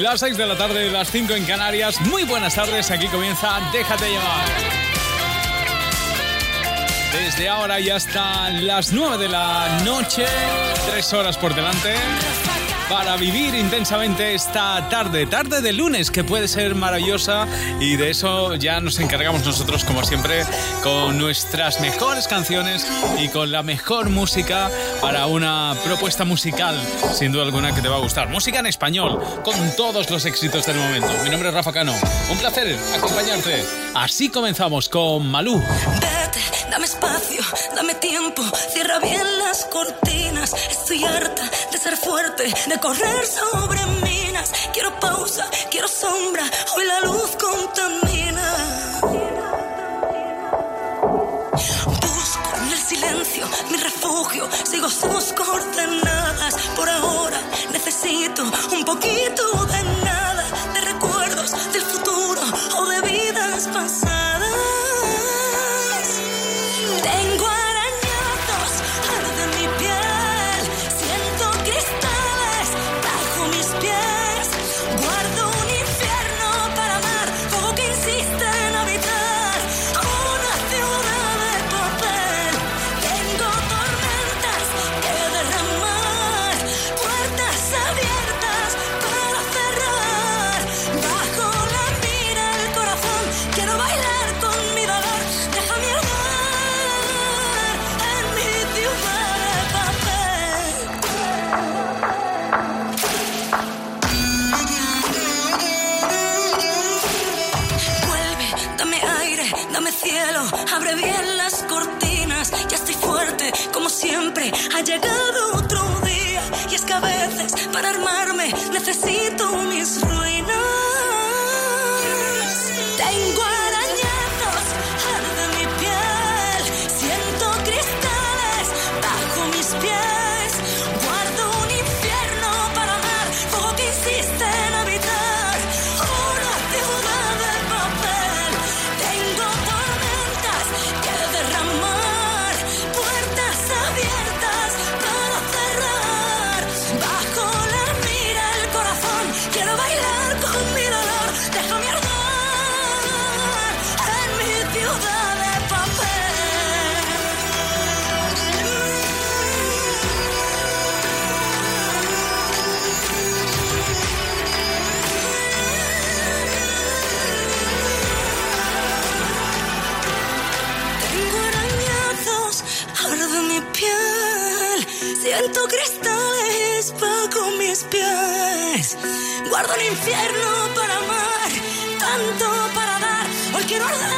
Las 6 de la tarde, las 5 en Canarias. Muy buenas tardes, aquí comienza Déjate Llevar. Desde ahora y hasta las 9 de la noche, 3 horas por delante, para vivir intensamente esta tarde de lunes, que puede ser maravillosa, y de eso ya nos encargamos nosotros, como siempre, con nuestras mejores canciones y con la mejor música para una propuesta musical, sin duda alguna, que te va a gustar. Música en español, con todos los éxitos del momento. Mi nombre es Rafa Cano, un placer acompañarte. Así comenzamos con Malú. Vete, dame espacio, dame tiempo, cierra bien las cortinas. Estoy harta de ser fuerte, de correr sobre minas. Quiero pausa, quiero sombra, hoy la luz contamina. Busco en el silencio mi refugio, sigo sus coordenadas. Por ahora necesito un poquito de nada, de recuerdos del futuro o de vidas pasadas. Tengo arañazos, arde mi piel, siento cristales bajo mis pies. Guardo un infierno para amar, fuego que insiste en habitar una ciudad de papel. Tengo tormentas que derramar, puertas abiertas para cerrar. Bajo la mira el corazón, quiero bailar con mi dolor. Déjame arder en mi ciudad de papel. Vuelve, dame aire, dame cielo, abre bien las cortinas. Ya estoy fuerte, como siempre, ha llegado otro día. Y es que a veces, para armarme, necesito mis ruinas. Tengo arañazos, arde mi piel, siento cristales bajo mis pies. Guardo un infierno para amar, fuego que insiste en habitar una ciudad de papel. Tengo tormentas que derramar, puertas abiertas para cerrar. Bajo la mira el corazón, quiero bailar con mi dolor. Déjame arder en mi ciudad de papel. Tengo arañazos, arde mi piel, siento cristales bajo mis pies. Guardo un infierno para amar, tanto para dar, hoy quiero arder.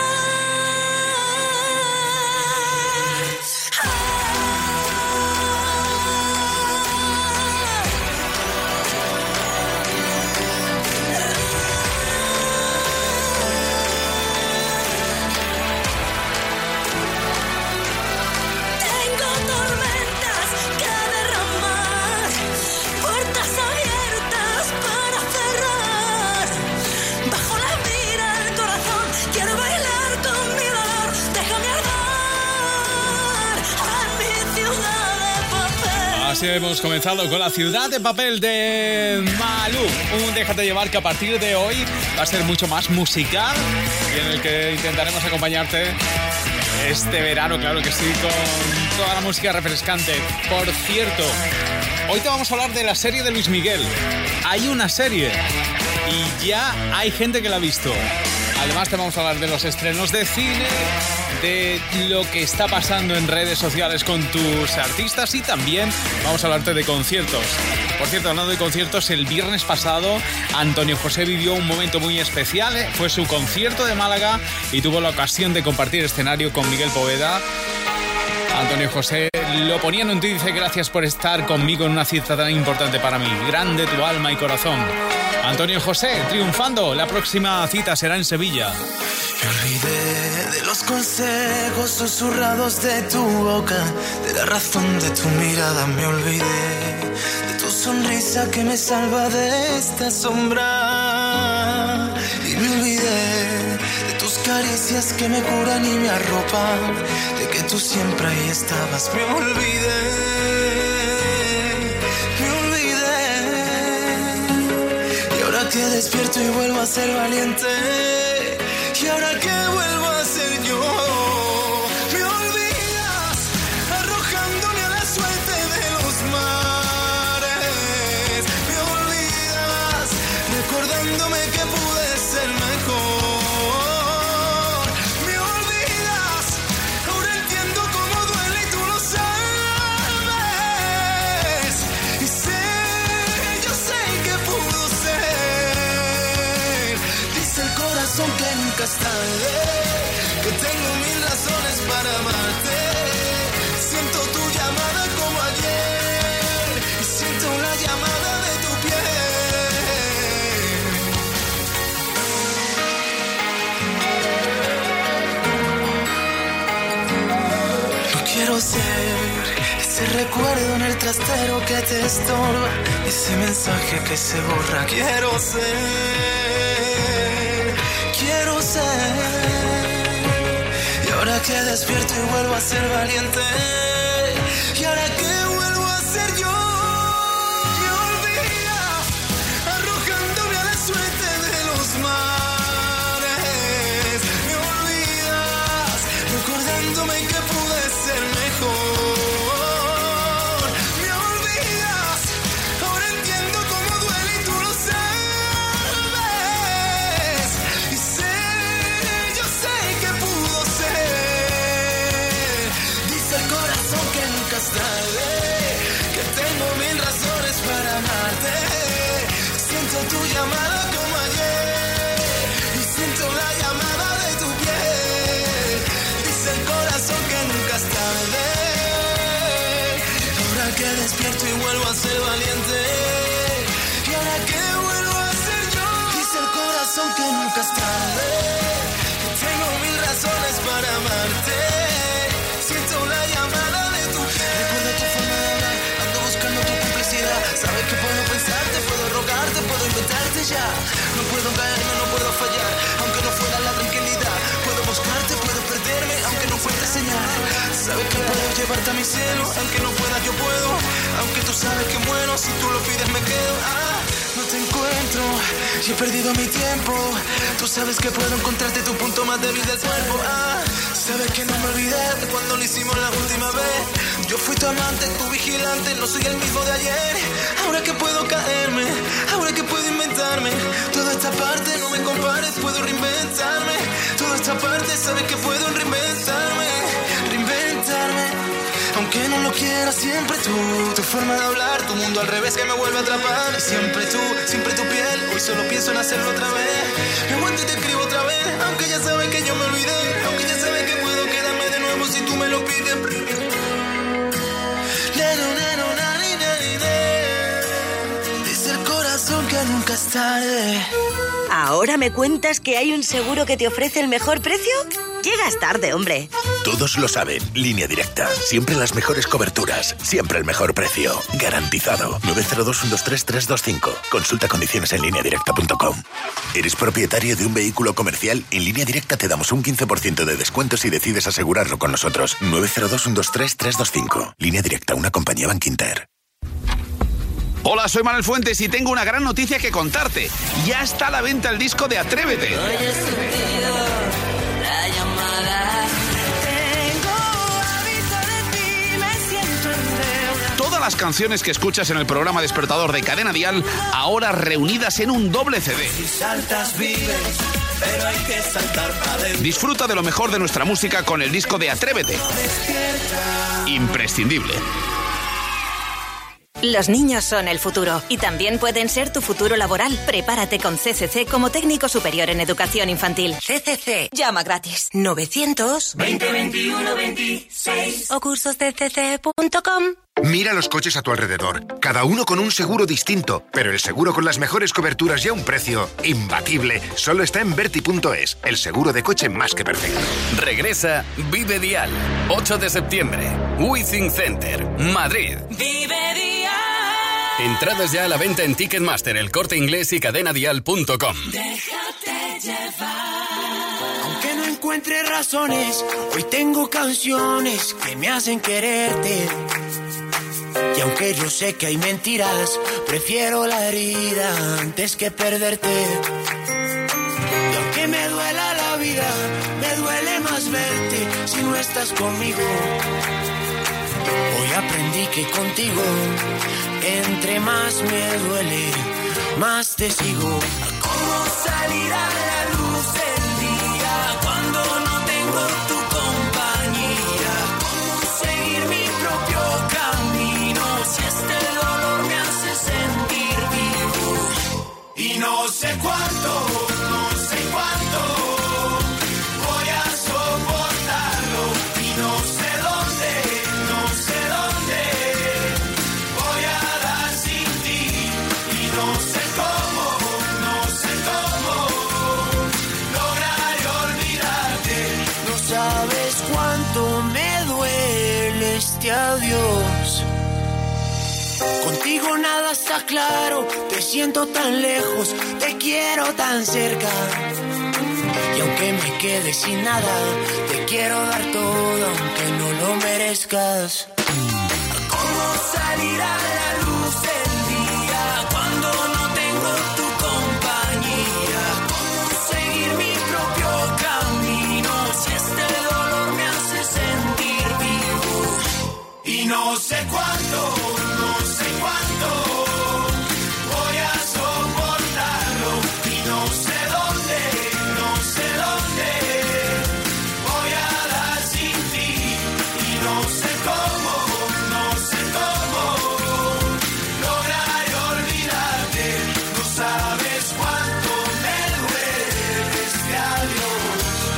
Tengo tormentas que derramar, puertas abiertas para cerrar. Bajo la mira el corazón, quiero bailar con mi dolor. Déjame arder en mi ciudad de papel. Así hemos comenzado con la ciudad de papel de Malú. Un Déjate Llevar que a partir de hoy va a ser mucho más musical y en el que intentaremos acompañarte este verano, claro que sí, con toda la música refrescante. Por cierto, hoy te vamos a hablar de la serie de Luis Miguel. Hay una serie y ya hay gente que la ha visto. Además te vamos a hablar de los estrenos de cine, de lo que está pasando en redes sociales con tus artistas y también vamos a hablarte de conciertos. Por cierto, hablando de conciertos, el viernes pasado Antonio José vivió un momento muy especial. Fue su concierto de Málaga y tuvo la ocasión de compartir escenario con Miguel Poveda. Antonio José lo ponía en un tuit y dice: gracias por estar conmigo en una cita tan importante para mí. Grande tu alma y corazón. Antonio José triunfando. La próxima cita será en Sevilla. Me olvidé de los consejos susurrados de tu boca, de la razón de tu mirada. Me olvidé de tu sonrisa que me salva de esta sombra. Y me olvidé de tus caricias que me curan y me arropan, de que tú siempre ahí estabas. Me olvidé. despierto y vuelvo a ser valiente. ¿Y ahora qué vuelvo a ser yo? Me olvidas arrojándome a la suerte de los mares. Me olvidas recordándome que pude ser mejor. Me olvidas, ahora entiendo cómo duele y tú lo sabes. Y yo sé que pudo ser. Dice el corazón que nunca es tarde, que tengo 1000 razones para amarte. Siento tu llamada como ayer y siento la llamada de tu piel. No quiero ser ese recuerdo en el trastero que te estorba, ese mensaje que se borra. Quiero ser. Y ahora que despierto y vuelvo a ser valiente. Y ahora que vuelvo a ser yo. Me olvidas arrojándome a la suerte de los mares. Me olvidas recordándome que pude ser mejor. Me olvidas, ahora entiendo cómo duele y tú lo sabes. Y yo sé que pudo ser. Dice el corazón que nunca es tarde, que tengo 1000 razones para amarte. Siento tu llamada como ayer y siento la llamada de tu piel. Dice el corazón que nunca es tarde, ahora que despierto y vuelvo a ser valiente. Y ahora que vuelvo a ser yo. Dice el corazón que nunca es tarde, que tengo 1000 razones para amarte. Siento la llamada de tu piel. Recuerda tu forma de hablar, ando buscando tu complicidad. Sabes que puedo pensarte, puedo rogarte, puedo inventarte ya. No puedo caerme, no puedo fallar, aunque no fuera la tranquilidad. Puedo buscarte, puedo perderme, aunque no fuera señal. Sabes que puedo llevarte a mi cielo, aunque no pueda yo puedo. Aunque tú sabes que muero, si tú lo pides me quedo. No te encuentro y he perdido mi tiempo. Tú sabes que puedo encontrarte tu punto más débil del cuerpo. Sabes que no me olvidé de cuando lo hicimos la última vez. Yo fui tu amante, tu vigilante, no soy el mismo de ayer. Ahora que puedo caerme, ahora que puedo inventarme. Toda esta parte no me compares, puedo reinventarme. Toda esta parte sabes que puedo reinventarme. Aunque no lo quiera, siempre tú. Tu forma de hablar, tu mundo al revés que me vuelve a atrapar. Y siempre tú, siempre tu piel. Hoy solo pienso en hacerlo otra vez. Me aguanto y te escribo otra vez. Aunque ya sabes que yo me olvidé. Aunque ya sabes que puedo quedarme de nuevo si tú me lo pides. Dice el corazón que nunca es tarde. ¿Ahora me cuentas que hay un seguro que te ofrece el mejor precio? Llegas tarde, hombre. Todos lo saben. Línea Directa. Siempre las mejores coberturas. Siempre el mejor precio. Garantizado. 902-123-325. Consulta condiciones en lineadirecta.com. ¿Eres propietario de un vehículo comercial? En Línea Directa te damos un 15% de descuento si decides asegurarlo con nosotros. 902-123-325. Línea Directa, una compañía Bankinter. Hola, soy Manuel Fuentes y tengo una gran noticia que contarte. Ya está a la venta el disco de Atrévete. Todas las canciones que escuchas en el programa Despertador de Cadena Dial, ahora reunidas en un doble CD. Si saltas vives, pero hay que saltar para adentro. Disfruta de lo mejor de nuestra música con el disco de Atrévete. Imprescindible. Los niños son el futuro y también pueden ser tu futuro laboral. Prepárate con CCC como técnico superior en educación infantil. CCC. Llama gratis. 900 20 21 26 o cursoscc.com. Mira los coches a tu alrededor, cada uno con un seguro distinto, pero el seguro con las mejores coberturas y a un precio imbatible solo está en Verti.es, el seguro de coche más que perfecto. Regresa Vive Dial, 8 de septiembre, Withing Center, Madrid. Vive Dial. Entradas ya a la venta en Ticketmaster, El Corte Inglés y cadenadial.com. Déjate llevar. Aunque no encuentre razones, hoy tengo canciones que me hacen quererte. Y aunque yo sé que hay mentiras, prefiero la herida antes que perderte. Y aunque me duela la vida, me duele más verte si no estás conmigo. Hoy aprendí que contigo, entre más me duele, más te sigo. ¿Cómo salir a la luz del día cuando no tengo tu compañía? ¿Cómo seguir mi propio camino si este dolor me hace sentir vivo? Y no sé cuánto voy a soportarlo. Y no sé dónde voy a dar sin ti. Y no sé cómo lograr olvidarte. No sabes cuánto me duele este adiós. Contigo nada está claro, te siento tan lejos, te quiero tan cerca. Y aunque me quede sin nada, te quiero dar todo aunque no lo merezcas. ¿Cómo salir a la luz del día cuando no tengo tu compañía? ¿Cómo seguir mi propio camino si este dolor me hace sentir vivo? Y no sé cuánto voy a soportarlo. Y no sé dónde voy a dar sin ti. Y no sé cómo lograr olvidarte. No sabes cuánto me duele este adiós.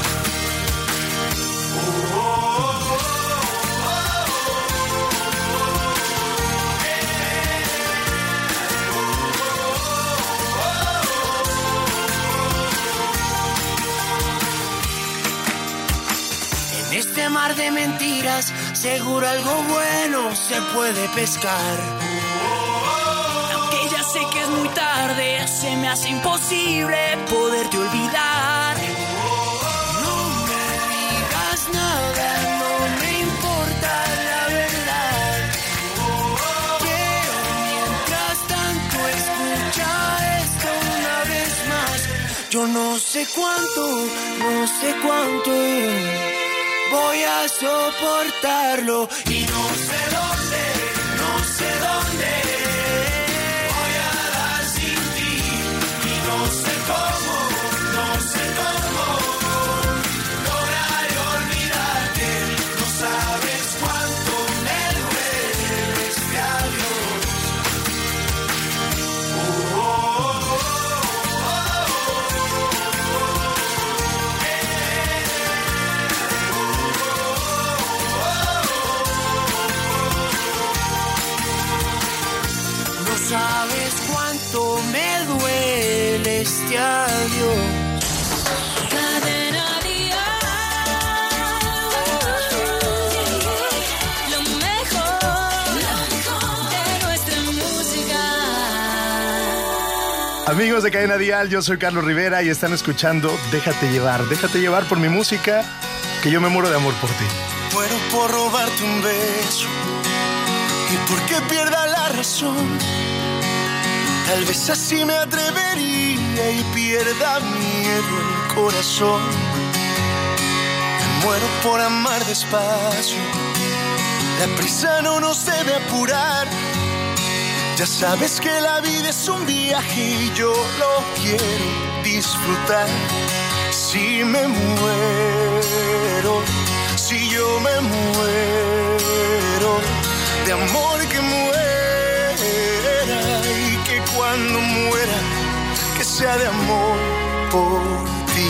En este mar de mentiras, seguro algo bueno se puede pescar. Aunque ya sé que es muy tarde, se me hace imposible poderte olvidar. No me digas nada, no me importa la verdad. Quiero mientras tanto escuchar esto una vez más. Yo no sé cuánto voy a soportarlo. Y no sé dónde voy a dar sin ti. Y no sé cómo lograr olvidarte. No sabes cuánto me duele este adiós. Sabes cuánto me duele este adiós. Cadena Dial, lo mejor de nuestra música. Amigos de Cadena Dial, yo soy Carlos Rivera y están escuchando Déjate llevar por mi música, que yo me muero de amor por ti. Muero por robarte un beso y porque pierda la razón. Tal vez así me atrevería y pierda miedo el corazón. Me muero por amar despacio, la prisa no nos debe apurar. Ya sabes que la vida es un viaje y yo lo quiero disfrutar. Si me muero, si yo me muero, de amor que muera, y que cuando muera, que sea de amor por ti.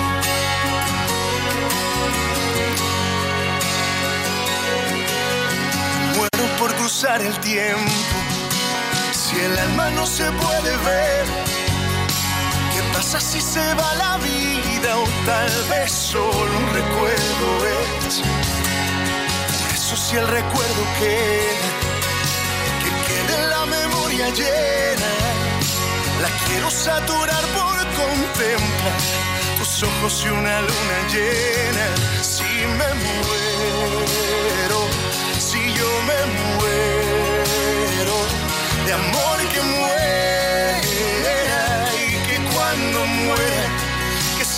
Muero por cruzar el tiempo, si el alma no se puede ver. ¿Qué pasa si se va la vida o tal vez solo un recuerdo es? Por eso si el recuerdo queda, que quede en la memoria llena. La quiero saturar por contemplar tus ojos y una luna llena. Si me muero, si yo me muero,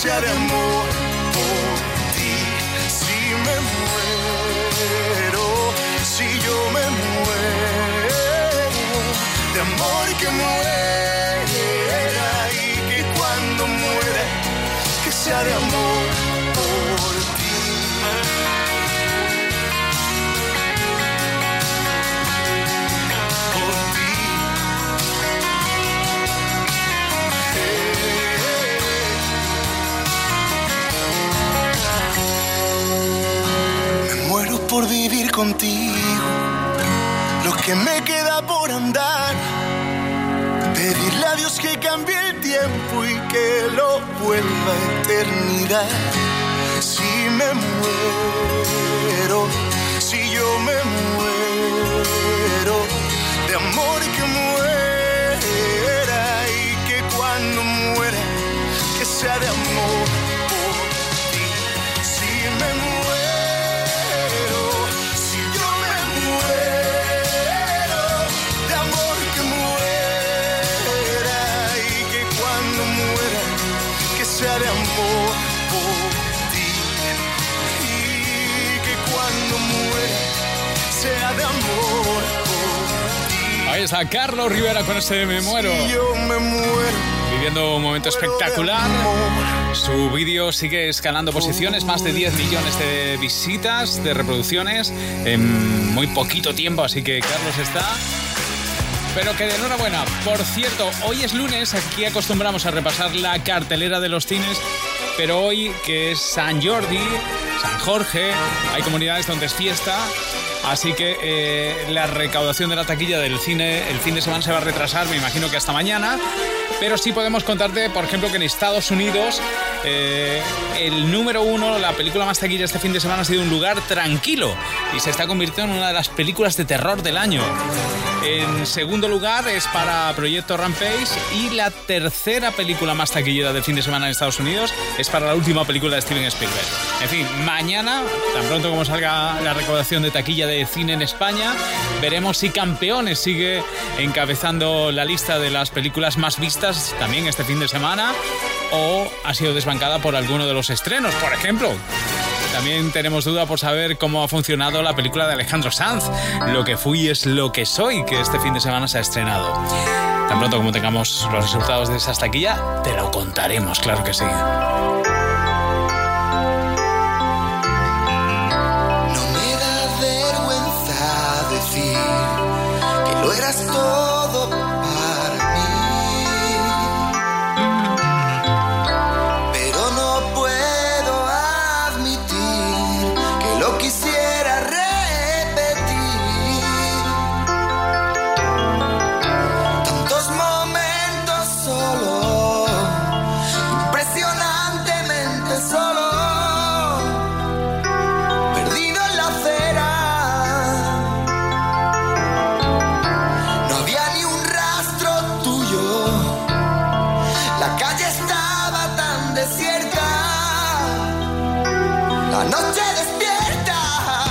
sea de amor por ti. Si me muero, si yo me muero, de amor que muera, y que cuando muera, que sea de amor por ti. Por ti. Me muero por vivir contigo, lo que me queda por andar. Pedirle a Dios que cambie el tiempo y que lo vuelva a eternidad. Si me muero, si yo me muero, de amor que muera, y que cuando muera, que sea de amor por ti. Si me muero, si yo me muero, de amor que muera, y que cuando muera, que sea de amor por ti. Y que cuando muera, sea de amor por ti. Ahí está Carlos Rivera con ese Me Muero. Si yo me muero, Viviendo un momento espectacular. Su vídeo sigue escalando posiciones, más de 10 millones de visitas, de reproducciones en muy poquito tiempo, así que Carlos está... Pero que de enhorabuena. Por cierto, hoy es lunes, aquí acostumbramos a repasar la cartelera de los cines, pero hoy, que es San Jordi, San Jorge, hay comunidades donde es fiesta, así que la recaudación de la taquilla del cine el fin de semana se va a retrasar, me imagino que hasta mañana, pero sí podemos contarte, por ejemplo, que en Estados Unidos el número 1, la película más taquilla este fin de semana ha sido Un lugar tranquilo, y se está convirtiendo en una de las películas de terror del año. En segundo lugar es para Proyecto Rampage, y la tercera película más taquillera del fin de semana en Estados Unidos es para la última película de Steven Spielberg. En fin, mañana, tan pronto como salga la recaudación de taquilla de cine en España, veremos si Campeones sigue encabezando la lista de las películas más vistas también este fin de semana, o ha sido desbancada por alguno de los estrenos, por ejemplo. También tenemos duda por saber cómo ha funcionado la película de Alejandro Sanz, Lo que fui es lo que soy, que este fin de semana se ha estrenado. Tan pronto como tengamos los resultados de esa taquilla, te lo contaremos, claro que sí. no me da vergüenza decir que lo eras todo para mí, pero no puedo admitir que lo quisiera repetir. Tantos momentos solo, impresionantemente solo, perdido en la acera. No había ni un rastro tuyo, la calle estaba tan desierta, la noche despierta.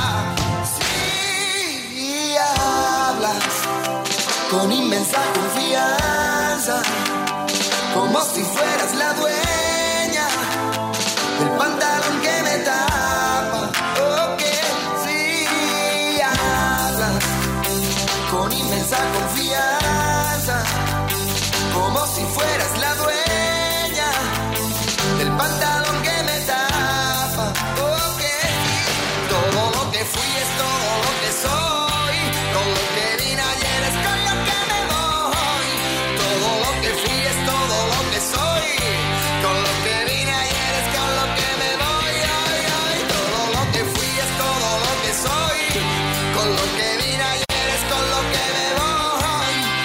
Si hablas con inmensa confianza, como si fueras la dueña del pantalón que me tapa. Ok, si hablas con inmensa confianza, como si fueras la dueña del pantalón que me tapa. Ok, todo lo que fui es todo lo que soy, todo lo que vine ayer es con lo que me voy. Todo lo que fui es todo lo que soy, con lo que vine ayer es con lo que me voy. Ay, ay, todo lo que fui es todo lo que soy, con lo que vine ayer es con lo que me voy.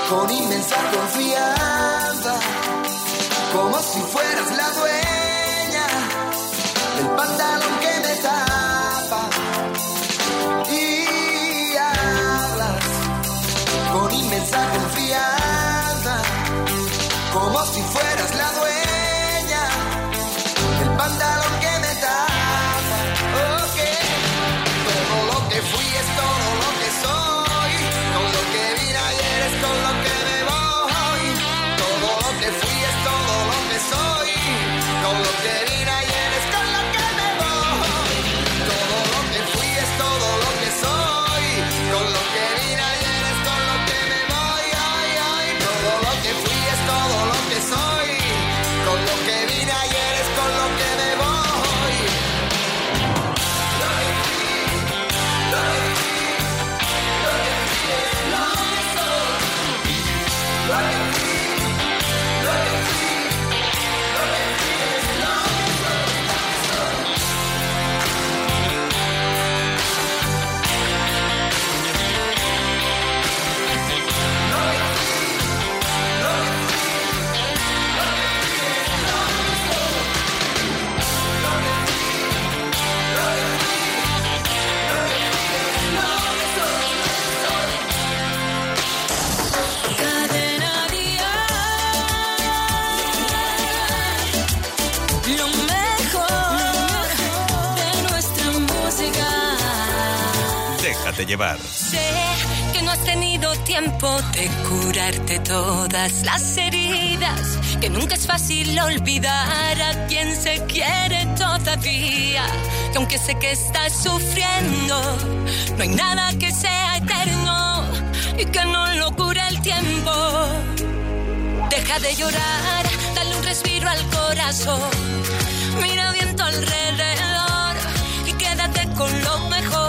con inmensa confianza, como si fueras la dueña del pantalón que me tapa. Y hablas con inmensa confianza, como si fueras la dueña del pantalón que me tapa. Ok, todo lo que fui es todo lo que soy, con lo que vine ayer es con lo que me voy. Todo lo que fui es todo lo que soy, con lo que vine ayer es con lo que me voy. Todo lo que fui es todo lo que soy, con lo que vine ayer es con lo que me voy. Ay, ay. Todo lo que fui es todo lo que soy, con lo que vine ayer es con lo que me voy. Cadena Dial, lo mejor de nuestra música. Déjate llevar. Sé que no has tenido tiempo de curarte todas las heridas, que nunca es fácil olvidar a quien se quiere todavía, que aunque sé que estás sufriendo, no hay nada que sea eterno y que no lo cure el tiempo. Deja de llorar, dale un respiro al corazón, mira bien tu alrededor y quédate con lo mejor.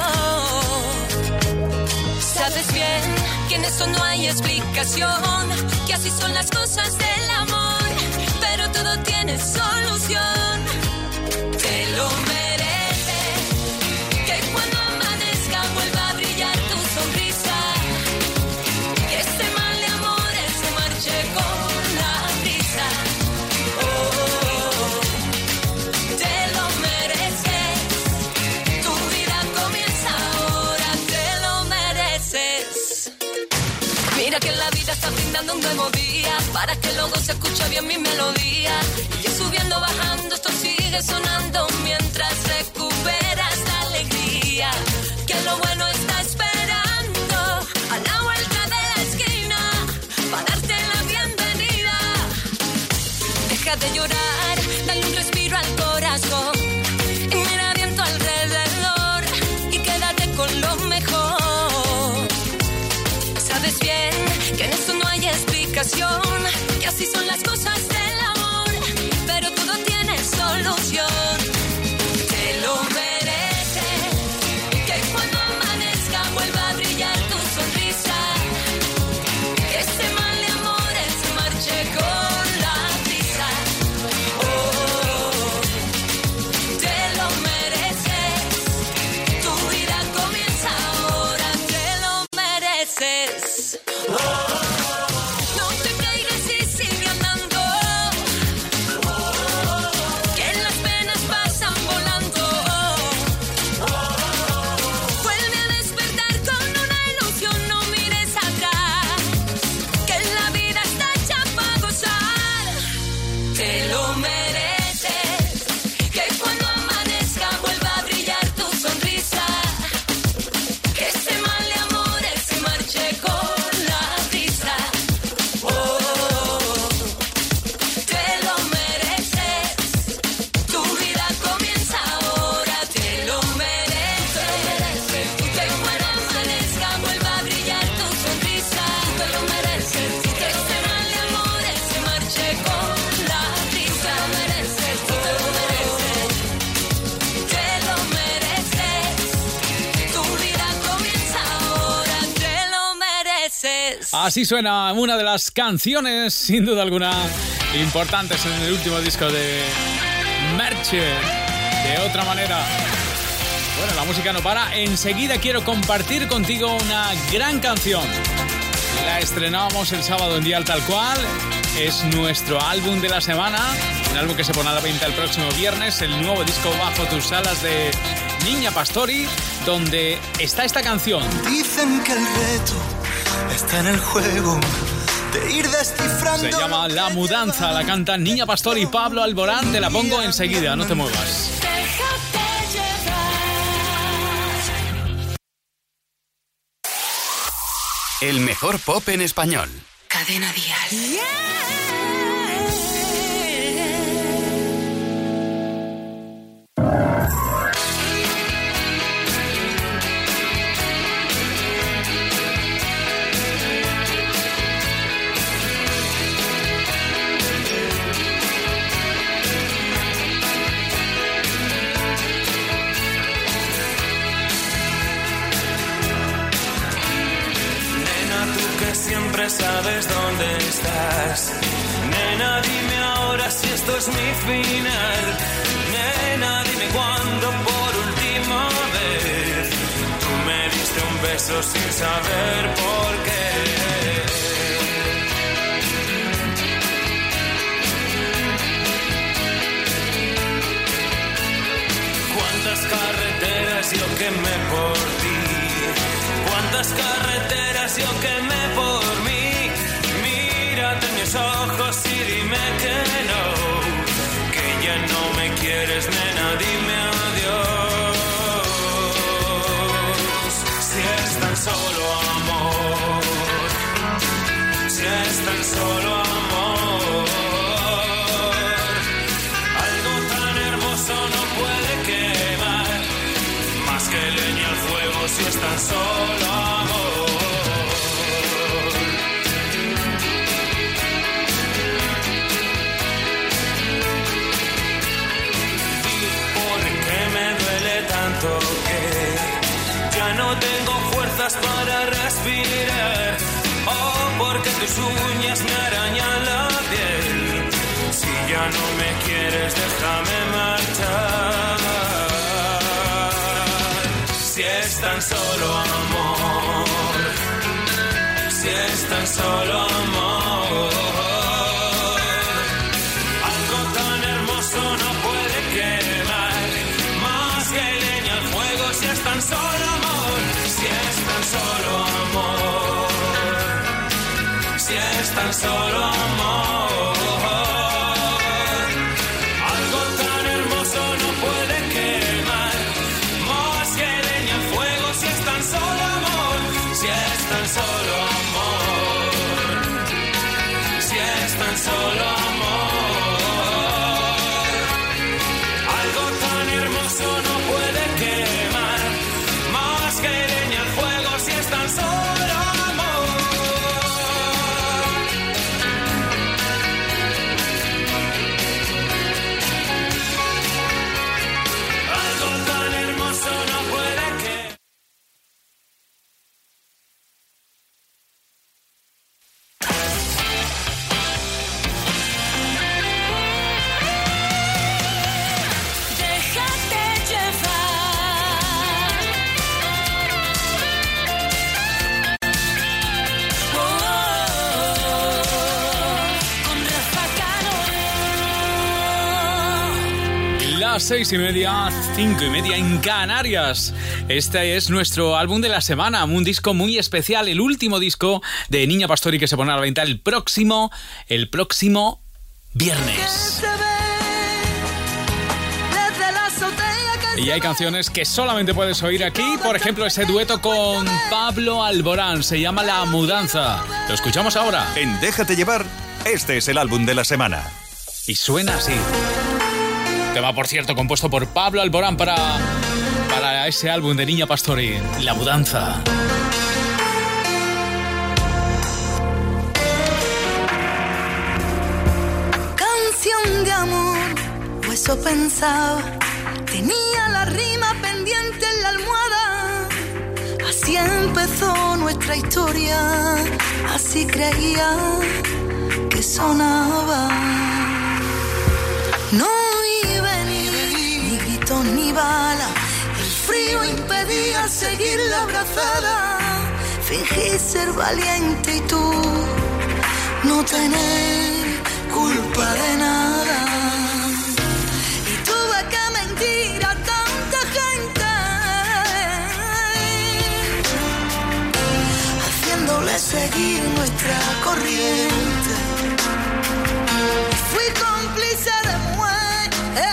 Sabes bien que en eso no hay explicación, que así son las cosas del amor, pero todo tiene solución. Te lo mereces, que cuando amanezca vuelva a brillar tu sonrisa, que este mal de amores se marche con la brisa. Oh, te lo mereces, tu vida comienza ahora, te lo mereces. Mira que la vida está brindando un nuevo día, para que luego se escuche bien mi melodía. Y subiendo, bajando, esto sigue sonando mientras recuperas la alegría, que lo bueno está esperando a la vuelta de la esquina para darte la bienvenida. Deja de llorar, dale un respiro al corazón y mira bien tu alrededor y quédate con lo mejor. Sabes bien que en esto no hay explicación, que así son las cosas del amor, pero todo tiene solución. Te lo mereces, que cuando amanezca vuelva a brillar tu sonrisa, que este mal de amores se marche con la brisa. Oh, te lo mereces, tu vida comienza ahora, te lo mereces. No te caigas y sigue andando, que las penas pasan volando. Vuelve a despertar con una ilusión, no mires atrás, que la vida está hecha para gozar. Te lo mereces, que cuando amanezca vuelva a brillar tu sonrisa, que este mal de amores se marche con la brisa. Oh, te lo mereces, tu vida comienza ahora, te lo mereces, que cuando amanezca vuelva a brillar tu sonrisa, te lo mereces, que este mal de amores se marche con la brisa. Te lo mereces, te lo mereces, tu vida comienza ahora, te lo mereces. Así suena una de las canciones, sin duda alguna, importantes en el último disco de Merche. De otra manera. Bueno, la música no para. Enseguida quiero compartir contigo una gran canción. La estrenábamos el sábado en Dial Tal Cual. Es nuestro álbum de la semana. Un álbum que se pone a la venta el próximo viernes. El nuevo disco Bajo tus alas de Niña Pastori, donde está esta canción. Dicen que el reto está en el juego de ir descifrando. Se llama La Mudanza. La canta Niña Pastori y Pablo Alborán. Te la pongo enseguida, no te muevas. El mejor pop en español. Cadena Dial. Siempre sabes dónde estás. Nena, dime ahora si esto es mi final. Nena, dime cuándo por última vez tú me diste un beso sin saber por qué. Cuántas carreteras yo quemé por ti. Cuántas carreteras yo quemé por mí. Mírate en mis ojos y dime que no, que ya no me quieres, nena, dime adiós. Si es tan solo amor, si es tan solo amor, algo tan hermoso no puede quemar más que leña al fuego. Si es tan solo amor. ¿Y por qué me duele tanto que ya no tengo fuerzas para respirar? Oh, porque tus uñas me arañan la piel. Si ya no me quieres, déjame marchar. Si es tan solo amor, si es tan solo amor, algo tan hermoso no puede quemar más que leña al fuego. Si es tan solo amor, si es tan solo amor, si es tan solo amor, algo tan hermoso no puede quemar más que leña al fuego. Si es tan solo amor, si es tan solo amor, si es tan solo amor, algo tan hermoso no puede quemar más que leña al fuego. Si es tan solo amor. Algo tan hermoso no puede quemar. Déjate llevar. Oh, con Rafa Cano. Las 6:30, 5:30 en Canarias. Este es nuestro álbum de la semana, un disco muy especial, el último disco de Niña Pastori que se pone a la venta el próximo viernes. Y hay canciones que solamente puedes oír aquí, por ejemplo ese dueto con Pablo Alborán, se llama La Mudanza. Lo escuchamos ahora. En Déjate llevar, este es el álbum de la semana. Y suena así. Tema, por cierto, compuesto por Pablo Alborán para ese álbum de Niña Pastori, La Mudanza. Canción de amor, o eso pensaba. Tenía la rima pendiente en la almohada. Así empezó nuestra historia. Así creía que sonaba. No iba ni gritos ni balas. El frío impedía seguir la abrazada. fingí ser valiente y tú no tenés culpa de nada. Y tuve que mentir a tanta gente, haciéndole seguir nuestra corriente. Fui cómplice de muerte.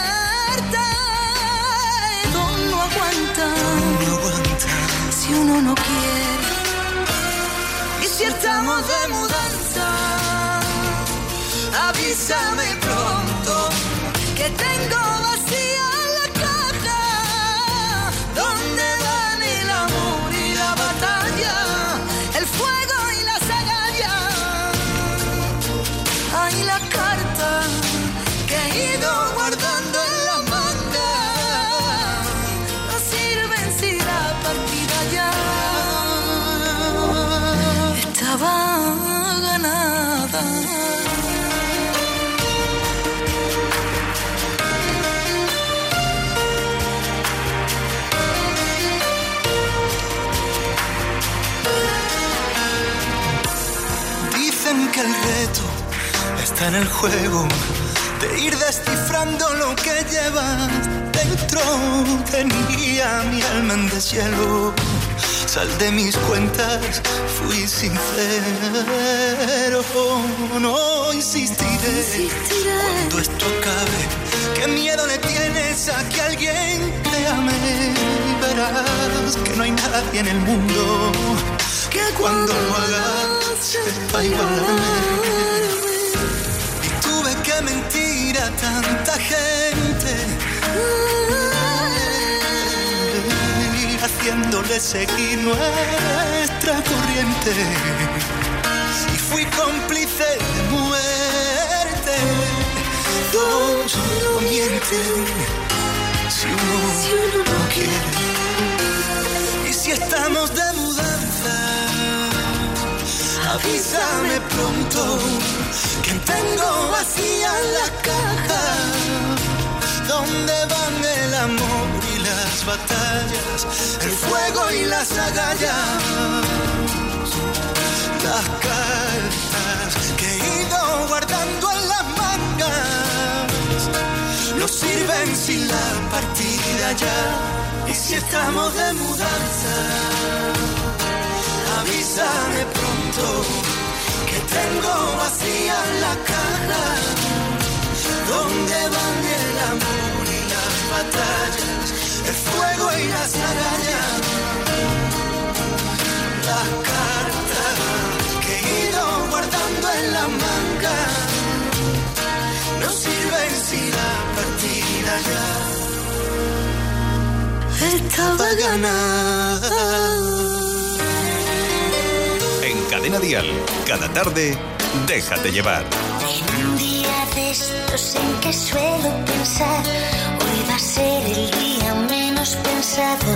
No aguanta si uno no quiere. Y si estamos de mudanza, avísame pronto que tengo vacía la caja donde van el amor y la batalla, el fuego y las agallas. Hay la carta que he ido guardando en la manga, no sirven si la partida ya estaba ganada. Dicen que el reto está en el juego de ir descifrando lo que llevas dentro. Tenía mi alma en deshielo, saldé mis cuentas, fui sincero. No insistiré cuando esto acabe. Qué miedo le tienes a que alguien te ame. Y verás que no hay nadie en el mundo que cuando lo hagas sepa igualarme. Y tuve que mentir a tanta gente, haciéndole seguir nuestra corriente. Y fui cómplice de muerte. Dos no mienten si uno no quiere. Y si estamos de mudanza, avísame pronto que tengo vacía la caja donde van el amor y las batallas, el fuego y las agallas. Las cartas que he ido guardando en las mangas no sirven sin la partida ya. Y si estamos de mudanza, avísame pronto que tengo vacía la caja donde van el amor y las batallas, el fuego y las agallas. Las cartas que he ido guardando en la manga no sirven si la partida ya estaba ganada. En Cadena Dial, cada tarde, déjate llevar. En un día de estos en que suelo pensar, hoy va a ser el día menos pensado.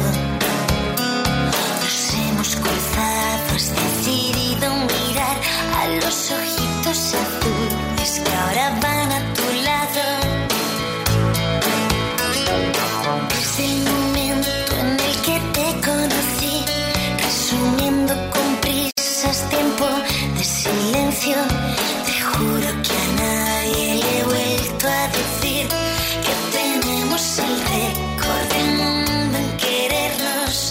Nos hemos cruzado, has decidido mirar a los ojitos azules que ahora van a tu lado. Desde el momento en el que te conocí, resumiendo con prisas tiempo de silencio, te juro que a nadie le he vuelto a decir que tenemos el récord del mundo en querernos.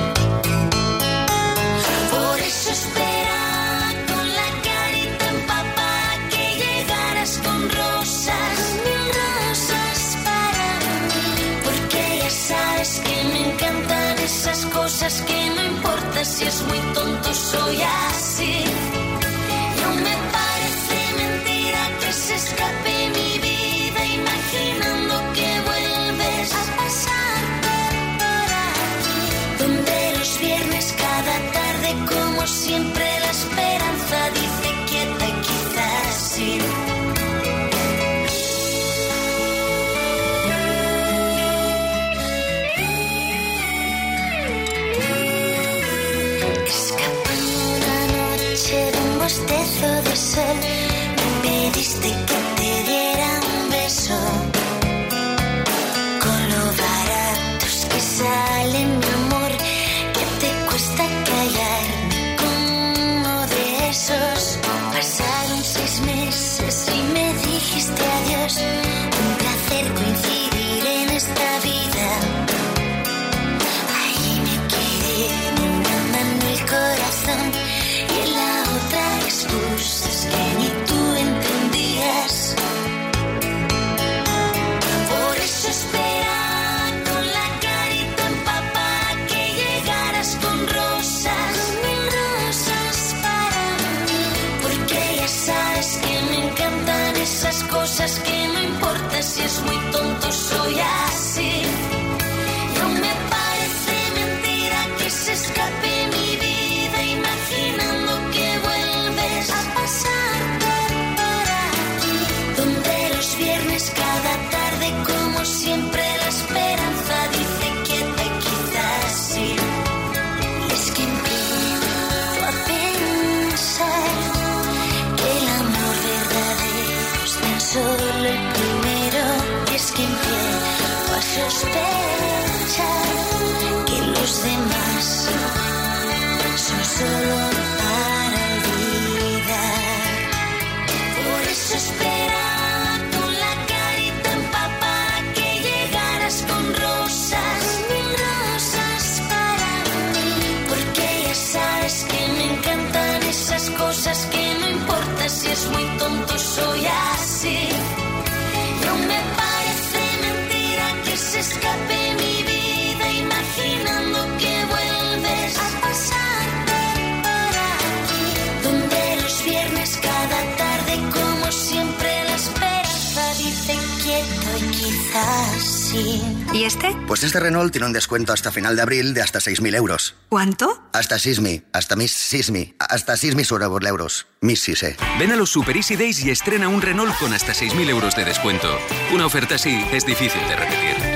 Por eso esperaba con la carita empapada que llegaras con rosas, mil rosas para mí, porque ya sabes que me encantan esas cosas que no importa si es muy tonto, soy así. No me parece mentira que se escape mi vida imaginando que vuelves a pasar por aquí, donde los viernes cada tarde como siempre la esperanza dice quieta y quizás sí. Escapando una noche de un bostezo de sol, me pediste que te diera un beso. Con lo baratos que salen, mi amor, que te cuesta callarme con cosas que no importa si es muy tonto, soy así. No me parece mentira que se escape mi vida imaginando que vuelves a pasar por aquí, donde los viernes cada tarde como siempre la esperanza dice quieta, quizás sí. Y es que empiezo a pensar que el amor verdadero es tan solo el primero. Y es que empiezo a sospechar que los demás son solo para olvidar. Por eso esperaba con la carita empapada que llegaras con rosas, mil rosas para mí. Porque ya sabes que me encantan esas cosas que no importa si es muy tonto, soy así. No me parece mentira que se escape mi vida imaginando que vuelves a pasar por aquí, donde los viernes cada tarde como siempre la esperanza dice quieto y quizás sí. ¿Y este? Pues este Renault tiene un descuento hasta final de abril de hasta 6.000 euros. ¿Cuánto? Hasta 6.000, hasta mis 6.000, hasta 6.000 euros. Mis sí sé. Ven a los Super Easy Days y estrena un Renault con hasta 6.000 euros de descuento. Una oferta así es difícil de repetir.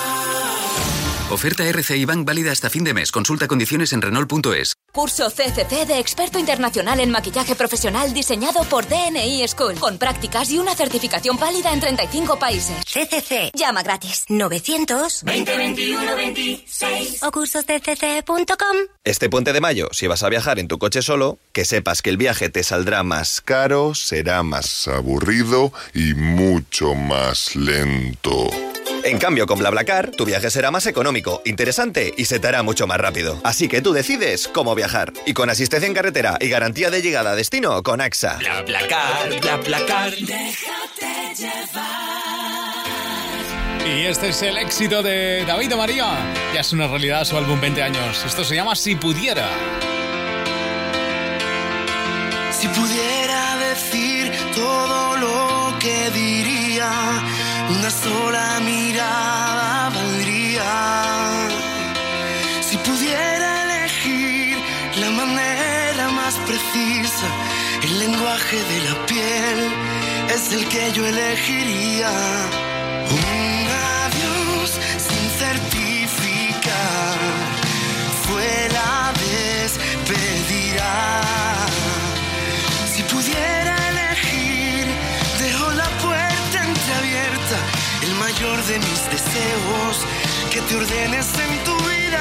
Oferta RCI Bank válida hasta fin de mes. Consulta condiciones en Renault.es. Curso CCC de experto internacional en maquillaje profesional diseñado por DNI School, con prácticas y una certificación válida en 35 países. CCC. Llama gratis. 900 20 21 26 o cursoscc.com. Este puente de mayo, si vas a viajar en tu coche solo, que sepas que el viaje te saldrá más caro, será más aburrido y mucho más lento. En cambio, con BlaBlaCar, tu viaje será más económico, interesante y se te hará mucho más rápido. Así que tú decides cómo viajar. Y con asistencia en carretera y garantía de llegada a destino con AXA. BlaBlaCar, BlaBlaCar. Déjate llevar. Y este es el éxito de David y María. Ya es una realidad su álbum 20 años. Esto se llama Si Pudiera. Si pudiera decir todo lo que diría, una sola mirada valdría. Si pudiera elegir la manera más precisa, el lenguaje de la piel es el que yo elegiría. Un adiós sin certificar fue la despedida. Si pudiera elegir, dejo la puerta entreabierta, el mayor de mis deseos, que te ordenes en tu vida.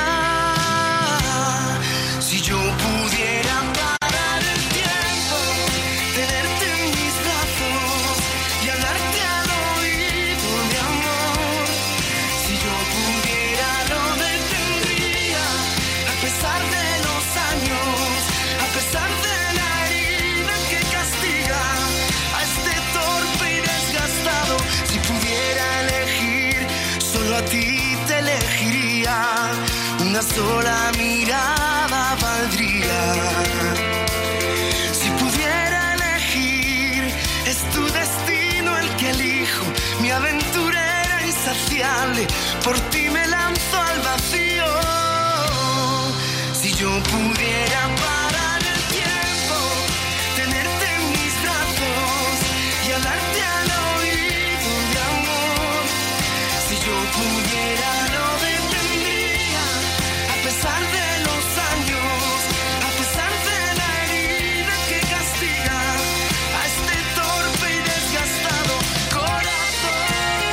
Si yo pudiera parar el tiempo, tenerte en mis brazos y hablarte al oído de amor. Si yo pudiera lo detendría, a pesar de los años, a pesar de la herida que castiga a este torpe y desgastado. Si pudiera elegir, solo a ti te elegiría, una sola mirada valdría. Si pudiera elegir, es tu destino el que elijo, mi aventurera insaciable, por ti me lanzo al vacío. Si yo pudiera parar el tiempo, tenerte en mis brazos y hablarte al oído de amor. Si yo pudiera lo detendría, a pesar de los años, a pesar de la herida que castiga a este torpe y desgastado corazón.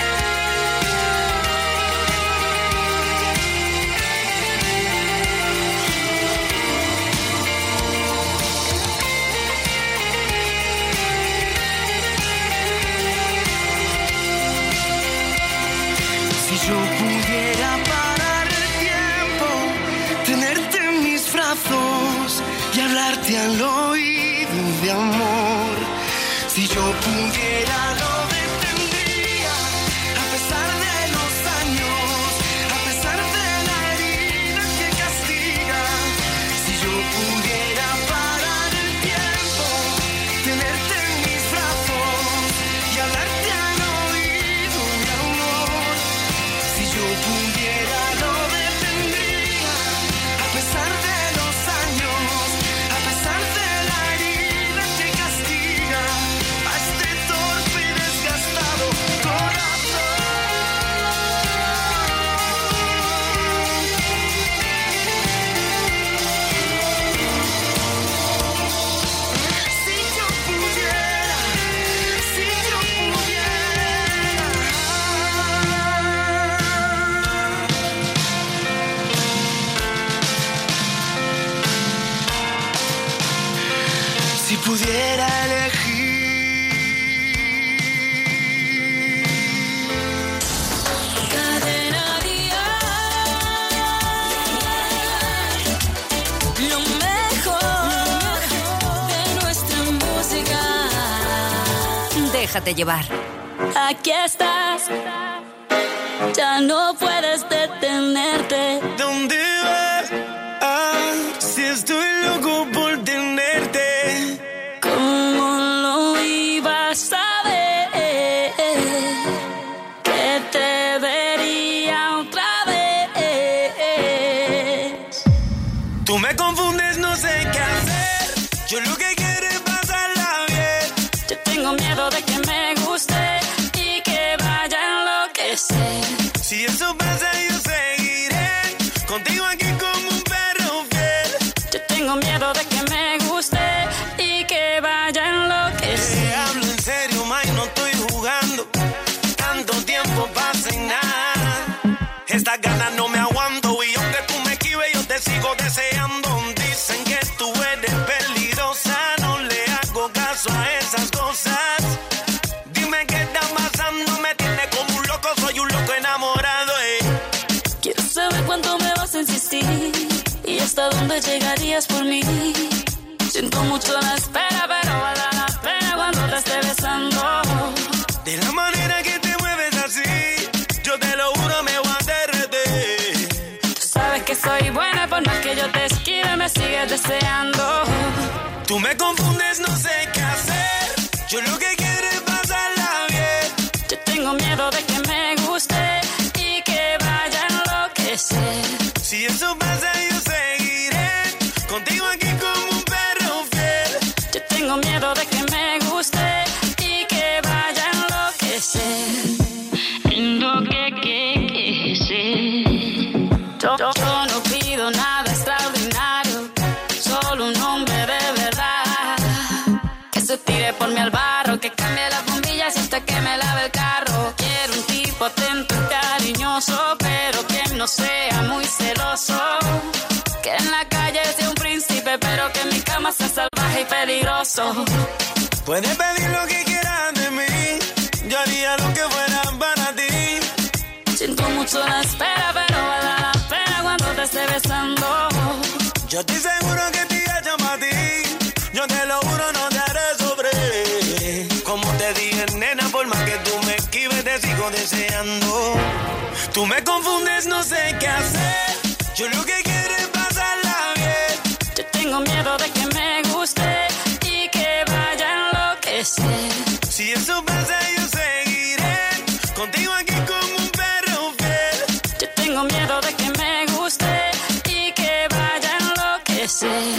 Si yo pudiera parar el tiempo, tenerte en mis brazos y hablarte al oído de amor. Si yo pudiera lo detendría, a pesar de los años, a pesar de la herida que castiga. Si yo pudiera parar el tiempo, tenerte en mis brazos y hablarte Si pudiera elegir, Cadena Dial, lo mejor de nuestra música. Déjate llevar. Aquí estás, ya no puedes detenerte. ¿dónde vas? Si estoy loco por tenerte. ¿Cómo lo ibas a ver? Que te vería otra vez. Tú me confundes, no sé qué hacer. Yo lo que quiero es pasarla bien. Yo tengo miedo de que me guste y que vaya a enloquecer. Si eso pasa, yo seguiré contigo aquí como un perro fiel. Yo tengo miedo de que me guste y que vaya a enloquecer. Te hablo en serio, ma, y no estoy jugando. Tanto tiempo pasa y nada. Estas ganas no me aguanto y aunque tú me esquives, yo te sigo deseando. Dicen que tú eres peligrosa, no le hago caso a esas cosas. Dime qué está pasando, me tiene como un loco, soy un loco enamorado, Quiero saber cuánto me vas a insistir y hasta dónde llegarías por mí. Siento mucho la espera, pero vale la pena cuando te esté besando. De la manera que te mueves así, yo te lo juro, me voy a derretir. Tú sabes que soy buena, por más que yo te esquive, me sigues deseando. Tú me confundes, no sé qué hacer. Yo lo que quiero es pasarla bien. Yo tengo miedo de que me guste y que vaya a enloquecer. Si eso pasa, yo seguiré contigo aquí como un perro fiel. Yo tengo miedo de que me guste y que vaya a enloquecer. Yo no pido nada extraordinario, solo un hombre de verdad. Que se tire por mí al barro, que cambie las bombillas y hasta que me lave el carro. Quiero un tipo atento y cariñoso, pero que no sea muy celoso. Que en la calle sea un príncipe, pero que en mi cama sea salvaje y peligroso. Puedes pedir lo que quieras de mí, yo haría lo que fuera para ti. Siento mucho la espera, pero vale la pena cuando te esté besando. Yo estoy seguro que te hecho para ti, yo te lo juro, no te haré sobre. Como te dije, nena, por más que tú me esquives, te sigo deseando. Tú me confundes, no sé qué hacer. Yo lo que quiero es pasarla bien. Yo tengo miedo de que me guste y que vaya a enloquecer. Si eso pasa, yo seguiré contigo aquí como un perro fiel. Yo tengo miedo de que me guste y que vaya a enloquecer.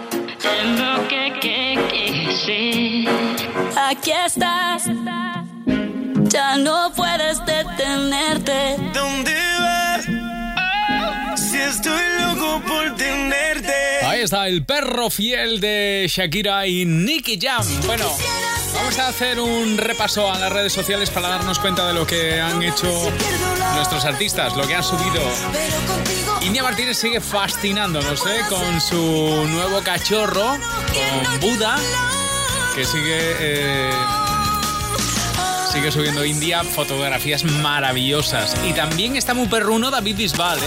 Aquí estás, ya no puedes detenerte. ¿Dónde vas? Si estoy loco por tenerte. Ahí está el perro fiel de Shakira y Nicky Jam. Bueno, vamos a hacer un repaso a las redes sociales para darnos cuenta de lo que han hecho nuestros artistas, lo que han subido. India Martínez sigue fascinándonos con su nuevo cachorro, con Buda, que sigue subiendo India fotografías maravillosas. Y también está muy perruno David Bisbal,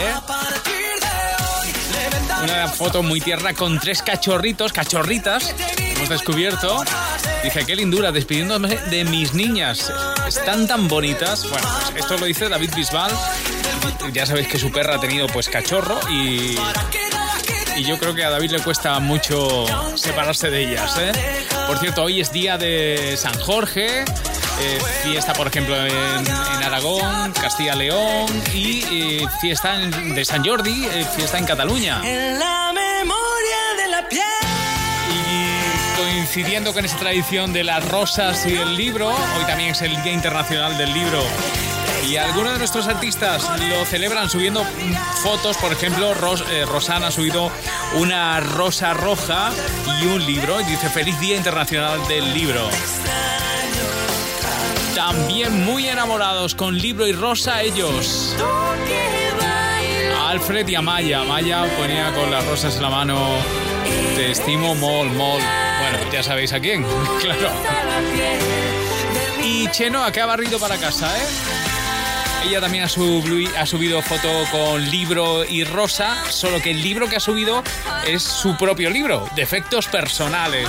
una foto muy tierna con 3 cachorritas, hemos descubierto. Dice, qué lindura, despidiéndome de mis niñas, están tan bonitas. Bueno, pues esto lo dice David Bisbal. Ya sabéis que su perra ha tenido pues cachorro y yo creo que a David le cuesta mucho separarse de ellas, Por cierto, hoy es día de San Jorge, fiesta por ejemplo en Aragón, Castilla-León y fiesta de San Jordi, fiesta en Cataluña. En la memoria de la piel. Y coincidiendo con esa tradición de las rosas y el libro, hoy también es el Día Internacional del Libro. Y algunos de nuestros artistas lo celebran subiendo fotos. Por ejemplo, Rosana ha subido una rosa roja y un libro. Y dice, feliz Día Internacional del Libro. También muy enamorados con libro y rosa ellos. Alfred y Amaya. Amaya ponía con las rosas en la mano, te estimo molt, molt. Bueno, ya sabéis a quién, claro. Y Chenoa, que ha barrido para casa, ¿eh? Ella también ha subido foto con libro y rosa, solo que el libro que ha subido es su propio libro, Defectos Personales.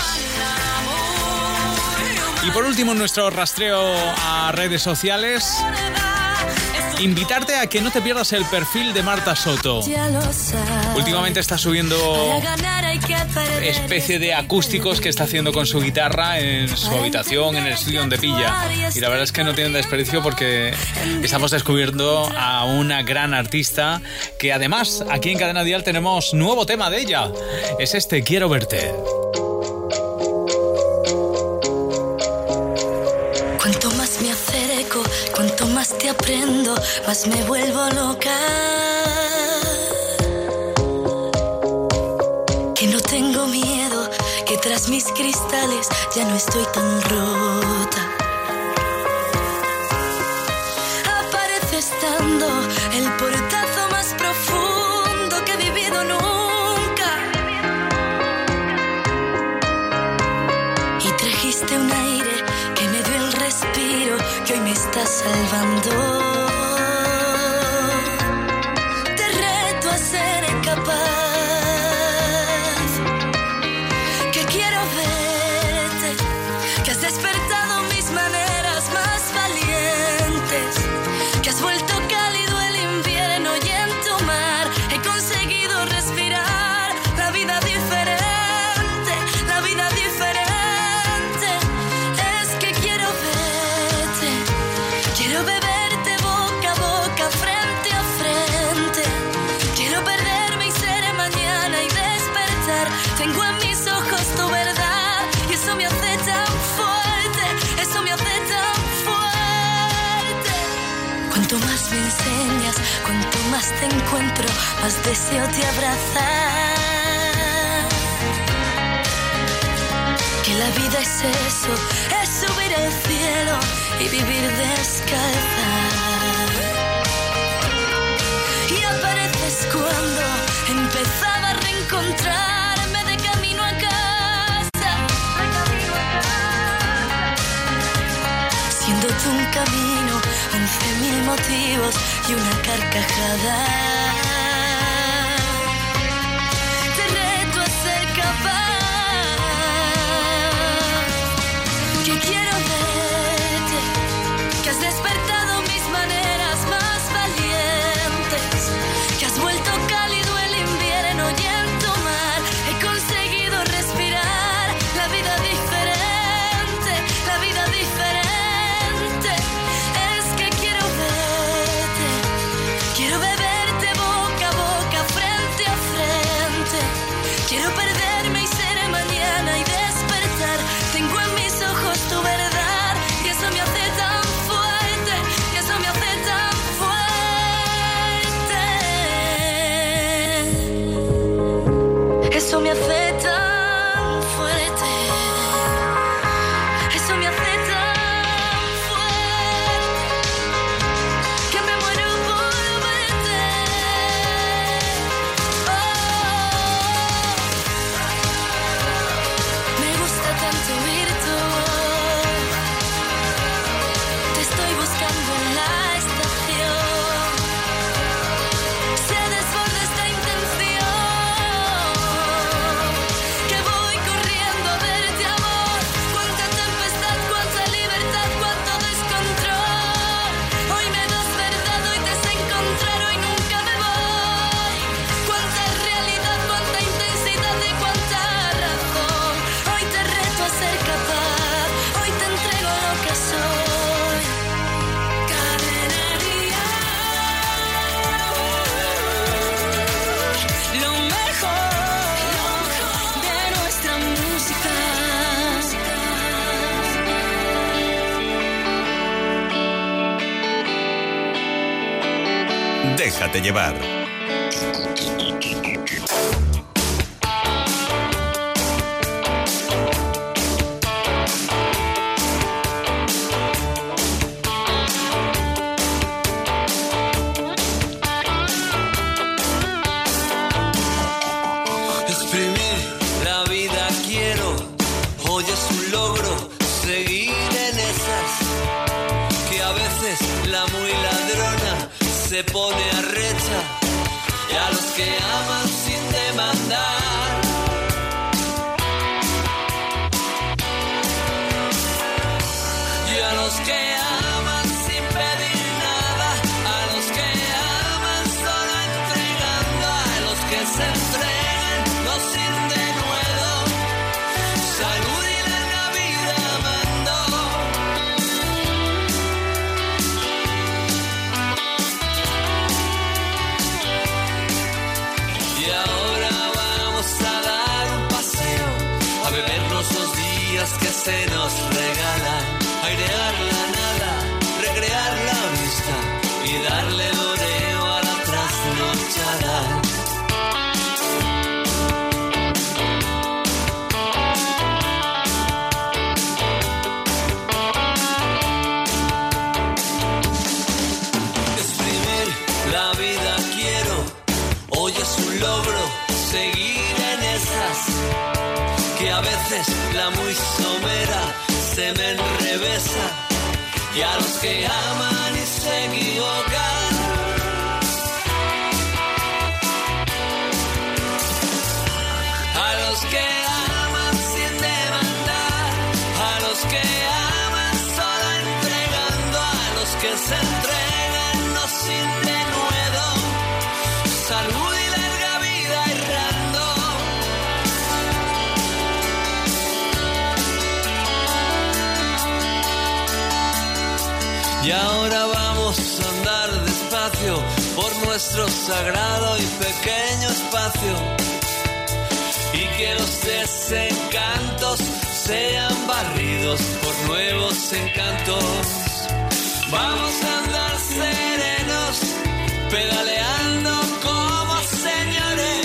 Y por último, nuestro rastreo a redes sociales, invitarte a que no te pierdas el perfil de Marta Soto. Últimamente está subiendo especie de acústicos que está haciendo con su guitarra en su habitación, en el estudio donde pilla. Y la verdad es que no tienen desperdicio porque estamos descubriendo a una gran artista que además aquí en Cadena Dial tenemos nuevo tema de ella. Es este, Quiero Verte. Cuanto más me acerco, cuanto más te aprendo, más me vuelvo loca. Que no tengo miedo, que tras mis cristales ya no estoy tan rota. Aparece estando el portazo más profundo que he vivido nunca. Y trajiste un aire que me dio el respiro que hoy me está salvando. Te reto a ser capaz, que quiero verte, que has despertado mis maneras más valientes, que has vuelto cálido el invierno y en tu mar he conseguido respirar la vida diferente, la vida diferente. Quiero beberte boca a boca, frente a frente. Quiero perderme y ser mañana y despertar. Tengo en mis ojos tu verdad y eso me hace tan fuerte, eso me hace tan fuerte. Cuanto más me enseñas, cuanto más te encuentro, más deseo te abrazar. Que la vida es eso, es subir al cielo y vivir descalza. Y apareces cuando empezaba a reencontrarme de camino a casa. Siendo tú un camino, 11.000 motivos y una carcajada. Te reto a ser capaz, que quiero verte, que has despertado mis maneras más valientes, que has vuelto cálido el invierno y en tu mar he conseguido respirar la vida diferente, la vida diferente. Es que quiero verte, quiero beberte boca a boca, frente a frente. Quiero perderme y ser mañana y despertar. Tengo en mis ojos tu verdad y eso me hace tan fuerte, y eso me hace tan fuerte. Eso me hace tan fuerte. Eso me hace tan fuerte que me muero por verte. Me gusta tanto oír tu voz. Te estoy buscando en la estación. Se desborda esta intención que voy corriendo a verte, amor. Cuánta tempestad, cuánta libertad, cuánto descontrol. Hoy me das verdad, hoy te sé encontrar, hoy nunca me voy. Cuánta realidad, cuánta intensidad y cuánta razón. Hoy te reto a ser capaz, hoy te entrego lo que soy. Cadena Dial, lo mejor de nuestra música. Déjate llevar. Exprimir la vida quiero, se pone arrecha y a los que aman sin demandar. Y a los que aman sin pedir nada, a los que aman solo entregando, a los que se entregan no sin denuedo, salud y larga vida mando. Y ahora vamos a dar un paseo, a bebernos los días que se nos regalan, airear la nada, recrear la vista y darle doreo a la trasnochada. Exprimir la vida quiero, hoy es un logro seguir en esas, que a veces la muy somera se me enrevesa, y a los que aman y se equivocan, a los que aman sin demandar, a los que aman solo entregando, a los que se entregan no sin denuedo, salud y larga vida errando. Y ahora vamos a andar despacio por nuestro sagrado y pequeño espacio, y que los desencantos sean barridos por nuevos encantos. Vamos a andar serenos, pedaleando como señores,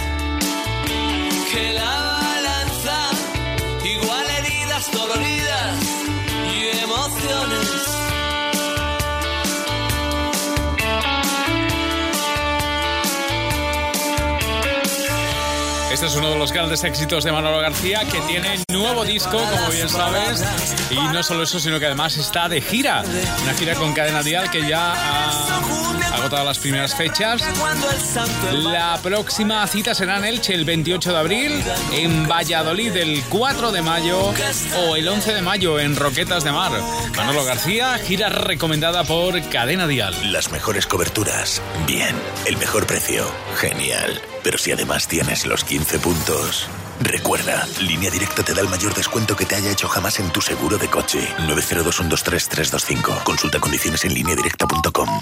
que la balanza igual heridas doloridas y emociones. Este es uno de los grandes éxitos de Manolo García, que tiene nuevo disco, como bien sabes. Y no solo eso, sino que además está de gira. Una gira con Cadena Dial que ya ha agotado las primeras fechas. La próxima cita será en Elche el 28 de abril, en Valladolid el 4 de mayo o el 11 de mayo en Roquetas de Mar. Manolo García, gira recomendada por Cadena Dial. Las mejores coberturas, bien. El mejor precio, genial. Pero si además tienes los 15 puntos... Recuerda, Línea Directa te da el mayor descuento que te haya hecho jamás en tu seguro de coche. 902-123-325. Consulta condiciones en lineadirecta.com.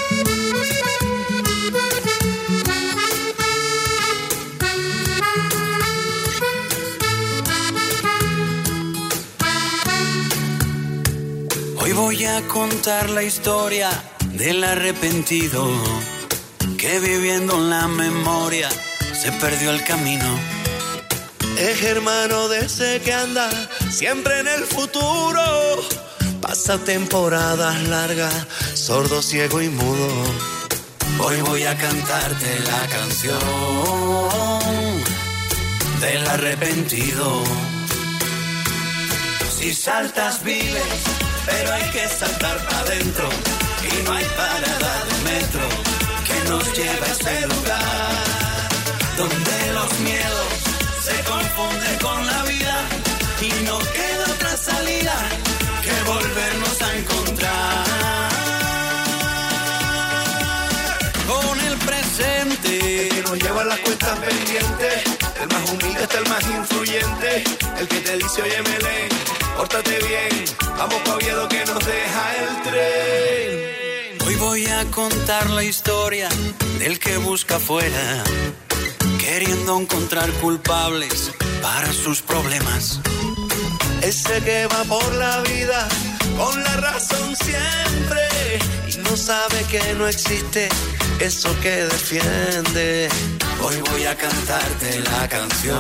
Hoy voy a contar la historia del arrepentido, que viviendo en la memoria se perdió el camino. Es hermano de ese que anda siempre en el futuro, pasa temporadas largas, sordo, ciego y mudo. Hoy voy a cantarte la canción del arrepentido. Si saltas vives, pero hay que saltar para adentro, y no hay parada de metro que nos lleve a ese lugar donde los miedos se confunden con la vida y no queda otra salida que volvernos a encontrar con el presente. El que nos lleva las cuentas pendientes, el más humilde hasta el más influyente, el que te dice oye Melén, pórtate bien, vamos pa' Oviedo que nos deja el tren. Hoy voy a contar la historia del que busca afuera, queriendo encontrar culpables para sus problemas. Ese que va por la vida con la razón siempre y no sabe que no existe eso que defiende. Hoy voy a cantarte la canción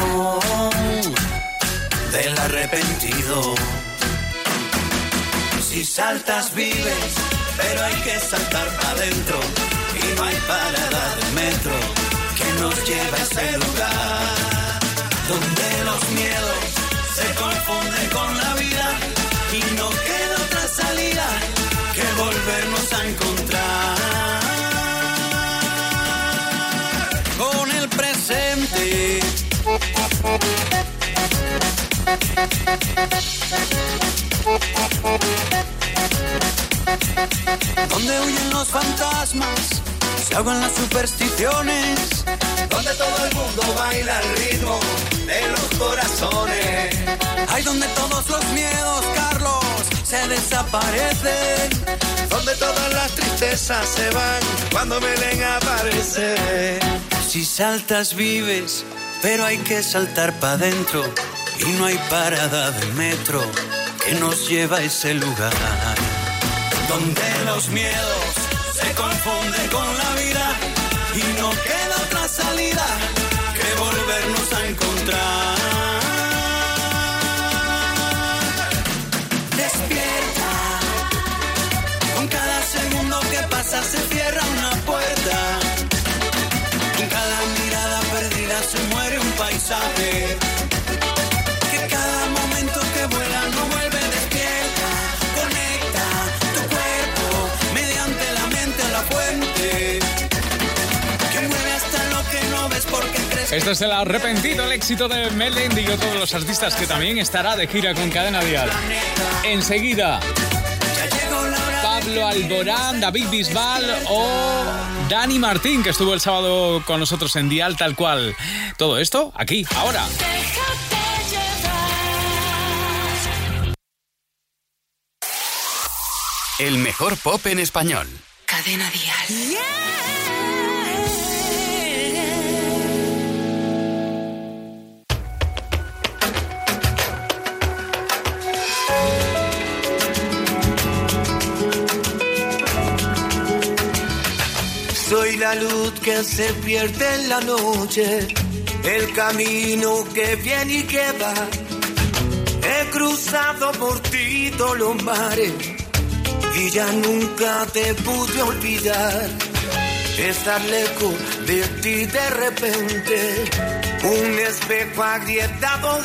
del arrepentido. Si saltas vives, pero hay que saltar para adentro y no hay parada de metro que nos lleve a ese lugar donde los miedos se confunden con la vida y no queda otra salida que volvernos a encontrar Donde huyen los fantasmas, se ahogan las supersticiones. Donde todo el mundo baila al ritmo de los corazones. Hay donde todos los miedos, Carlos, se desaparecen. Donde todas las tristezas se van cuando Belén aparece. Si saltas vives, pero hay que saltar pa' dentro. Y no hay parada de metro que nos lleva a ese lugar. Donde los miedos se confunden con la vida y no queda otra salida que volvernos a encontrar. Despierta, con cada segundo que pasa se cierra una puerta. Con cada mirada perdida se muere un paisaje. Que cada momento que vuela no vuelve. Despierta, conecta tu cuerpo mediante la mente a la fuente. Que mueve hasta lo que no ves porque crees. Esto es el arrepentido, el éxito de Melendi y todos los artistas que también estará de gira con Cadena Dial. Enseguida, Pablo Alborán, David Bisbal o Dani Martín, que estuvo el sábado con nosotros en Dial Tal Cual. Todo esto aquí, ahora. El mejor pop en español. Cadena Dial. Soy la luz que se pierde en la noche, el camino que viene y que va. He cruzado por ti todos los mares y ya nunca te pude olvidar. Estar lejos de ti de repente, un espejo agrietado